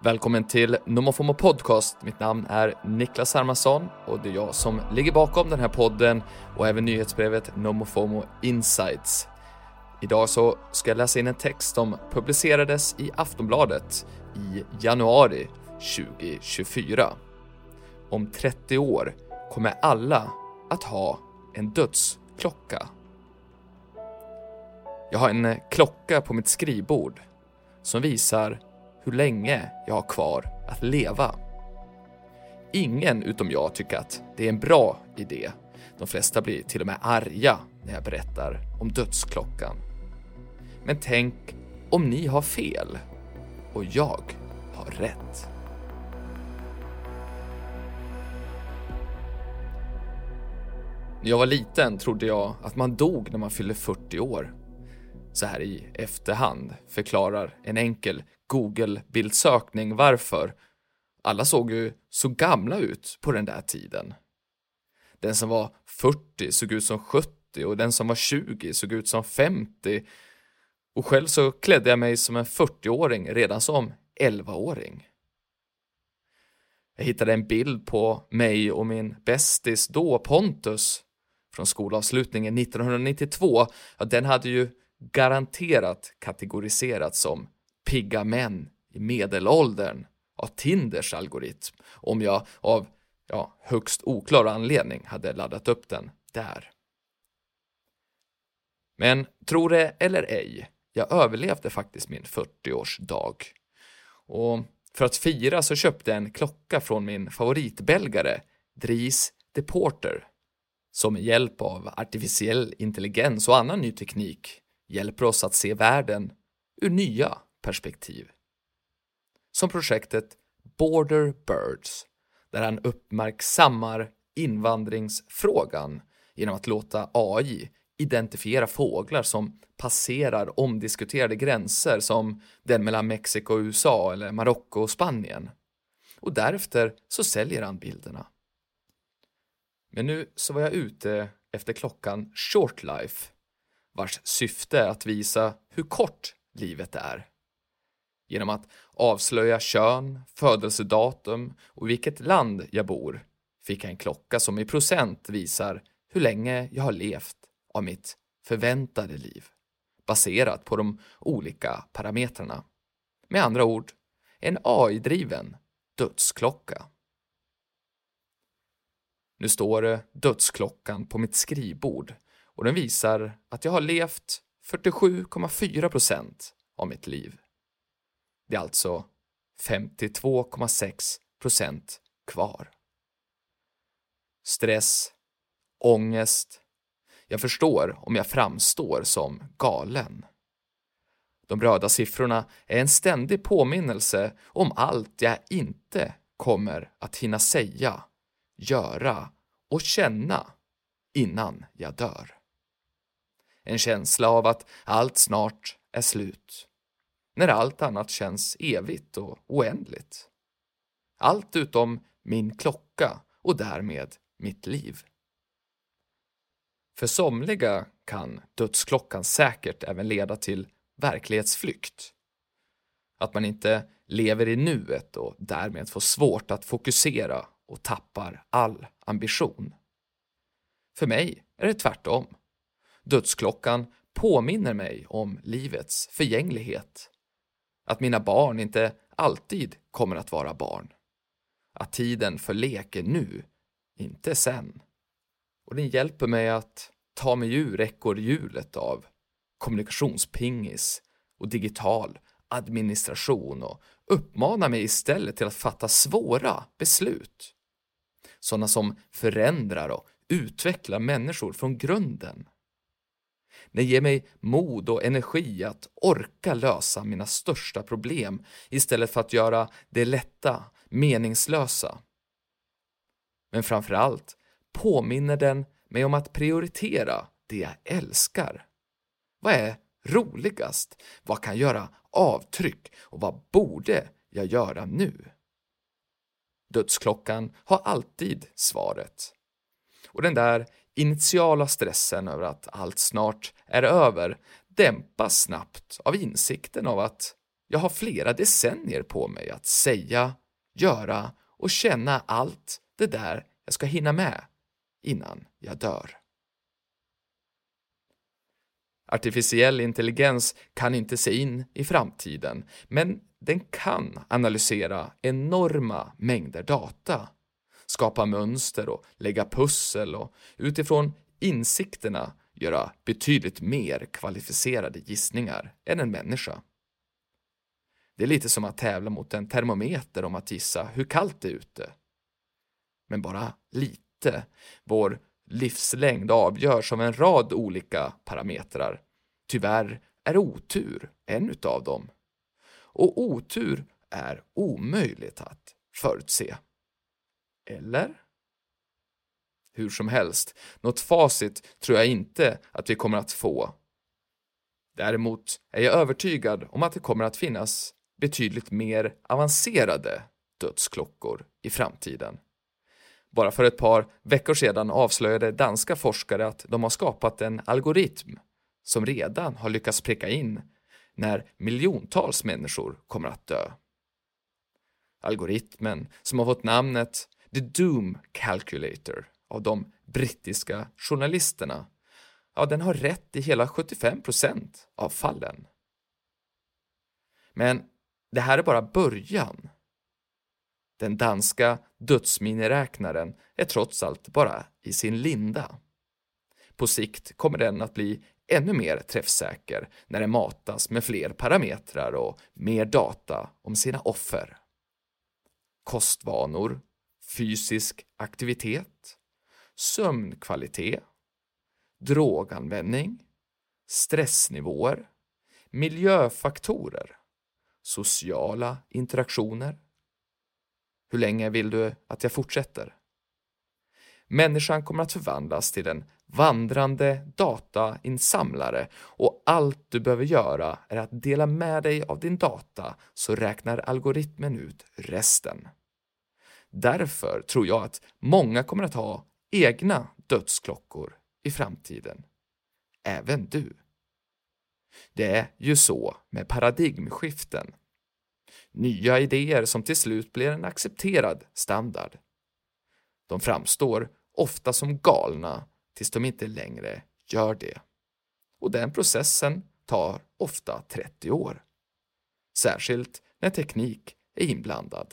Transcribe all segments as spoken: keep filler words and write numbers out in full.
Välkommen till NomoFomo Podcast. Mitt namn är Niklas Hermansson och det är jag som ligger bakom den här podden och även nyhetsbrevet NomoFomo Insights. Idag så ska jag läsa in en text som publicerades i Aftonbladet i januari tjugohundratjugofyra. Om trettio år kommer alla att ha en dödsklocka. Jag har en klocka på mitt skrivbord som visar hur länge jag har kvar att leva. Ingen utom jag tycker att det är en bra idé. De flesta blir till och med arga när jag berättar om dödsklockan. Men tänk om ni har fel och jag har rätt. När jag var liten trodde jag att man dog när man fyllde fyrtio år. Så här i efterhand förklarar en enkel Google-bildsökning varför. Alla såg ju så gamla ut på den där tiden. Den som var fyrtio såg ut som sjuttio och den som var tjugo såg ut som femtio. Och själv så klädde jag mig som en fyrtioåring redan som elvaåring. Jag hittade en bild på mig och min bästis då, Pontus, från skolavslutningen nittonhundranittiotvå. Ja, den hade ju garanterat kategoriserats som pigga män i medelåldern av Tinders algoritm, om jag av ja, högst oklar anledning hade laddat upp den där. Men tro det eller ej, jag överlevde faktiskt min fyrtioårsdag. Och för att fira så köpte jag en klocka från min favoritbelgare, Dries de Porter, som med hjälp av artificiell intelligens och annan ny teknik hjälper oss att se världen ur nya perspektiv. Som projektet Border Birds, där han uppmärksammar invandringsfrågan genom att låta A I identifiera fåglar som passerar omdiskuterade gränser som den mellan Mexiko och U S A eller Marocko och Spanien. Och därefter så säljer han bilderna. Men nu så var jag ute efter klockan Short Life, vars syfte är att visa hur kort livet är. Genom att avslöja kön, födelsedatum och vilket land jag bor fick jag en klocka som i procent visar hur länge jag har levt av mitt förväntade liv, baserat på de olika parametrarna. Med andra ord, en A I-driven dödsklocka. Nu står dödsklockan på mitt skrivbord och den visar att jag har levt fyrtiosju komma fyra procent av mitt liv. Det är alltså femtiotvå komma sex procent kvar. Stress, ångest. Jag förstår om jag framstår som galen. De röda siffrorna är en ständig påminnelse om allt jag inte kommer att hinna säga, göra och känna innan jag dör. En känsla av att allt snart är slut. När allt annat känns evigt och oändligt. Allt utom min klocka och därmed mitt liv. För somliga kan dödsklockan säkert även leda till verklighetsflykt. Att man inte lever i nuet och därmed får svårt att fokusera och tappar all ambition. För mig är det tvärtom. Dödsklockan påminner mig om livets förgänglighet. Att mina barn inte alltid kommer att vara barn. Att tiden för lek är nu, inte sen. Och den hjälper mig att ta mig ur ekorrhjulet av kommunikationspingis och digital administration och uppmanar mig istället till att fatta svåra beslut. Sådana som förändrar och utvecklar människor från grunden. Det ger mig mod och energi att orka lösa mina största problem istället för att göra det lätta, meningslösa. Men framförallt påminner den mig om att prioritera det jag älskar. Vad är roligast? Vad kan göra avtryck? Och vad borde jag göra nu? Dödsklockan har alltid svaret. Och den där initiala stressen över att allt snart är över dämpas snabbt av insikten av att Jag har flera decennier på mig att säga, göra och känna allt det där jag ska hinna med innan jag dör. Artificiell intelligens kan inte se in i framtiden, men den kan analysera enorma mängder data, skapa mönster och lägga pussel och utifrån insikterna göra betydligt mer kvalificerade gissningar än en människa. Det är lite som att tävla mot en termometer om att gissa hur kallt det är ute. Men bara lite. Vår livslängd avgörs av en rad olika parametrar. Tyvärr är otur en utav dem. Och otur är omöjligt att förutse. Eller? Hur som helst, något facit tror jag inte att vi kommer att få. Däremot är jag övertygad om att det kommer att finnas betydligt mer avancerade dödsklockor i framtiden. Bara för ett par veckor sedan avslöjade danska forskare att de har skapat en algoritm som redan har lyckats pricka in när miljontals människor kommer att dö. Algoritmen, som har fått namnet The Doom Calculator av de brittiska journalisterna, ja, den har rätt i hela sjuttiofem procent av fallen. Men det här är bara början. Den danska dödsminiräknaren är trots allt bara i sin linda. På sikt kommer den att bli ännu mer träffsäker när den matas med fler parametrar och mer data om sina offer. Kostvanor, fysisk aktivitet, sömnkvalitet, droganvändning, stressnivåer, miljöfaktorer, sociala interaktioner. Hur länge vill du att jag fortsätter? Människan kommer att förvandlas till en vandrande datainsamlare och allt du behöver göra är att dela med dig av din data så räknar algoritmen ut resten. Därför tror jag att många kommer att ha egna dödsklockor i framtiden. Även du. Det är ju så med paradigmskiften. Nya idéer som till slut blir en accepterad standard. De framstår ofta som galna tills de inte längre gör det. Och den processen tar ofta trettio år. Särskilt när teknik är inblandad.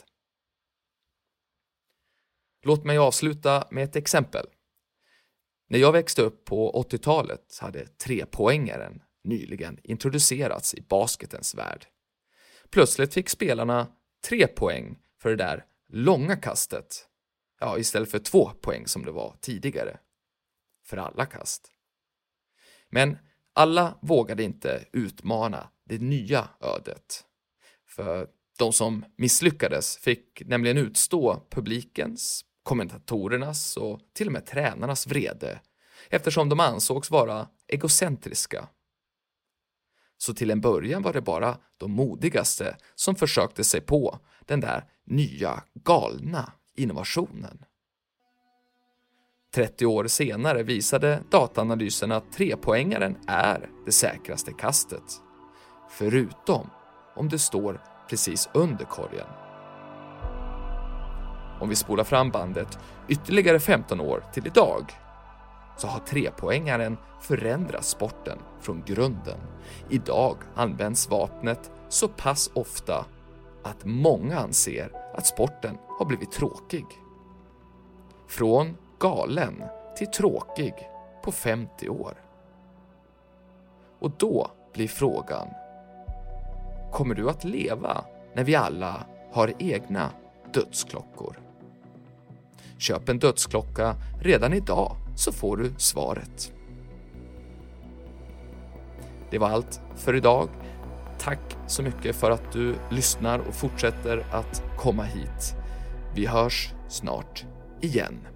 Låt mig avsluta med ett exempel. När jag växte upp på åttiotalet hade trepoängaren nyligen introducerats i basketens värld. Plötsligt fick spelarna tre poäng för det där långa kastet. Ja, istället för två poäng som det var tidigare. För alla kast. Men alla vågade inte utmana det nya ödet. För de som misslyckades fick nämligen utstå publikens, kommentatorernas och till och med tränarnas vrede eftersom de ansågs vara egocentriska. Så till en början var det bara de modigaste som försökte sig på den där nya galna innovationen. trettio år senare visade dataanalysen att trepoängaren är det säkraste kastet. Förutom om det står precis under korgen. Om vi spolar fram bandet ytterligare femton år till idag så har trepoängaren förändrat sporten från grunden. Idag används vapnet så pass ofta att många anser att sporten har blivit tråkig. Från galen till tråkig på femtio år. Och då blir frågan: kommer du att leva när vi alla har egna dödsklockor? Köp en dödsklocka redan idag så får du svaret. Det var allt för idag. Tack så mycket för att du lyssnar och fortsätter att komma hit. Vi hörs snart igen.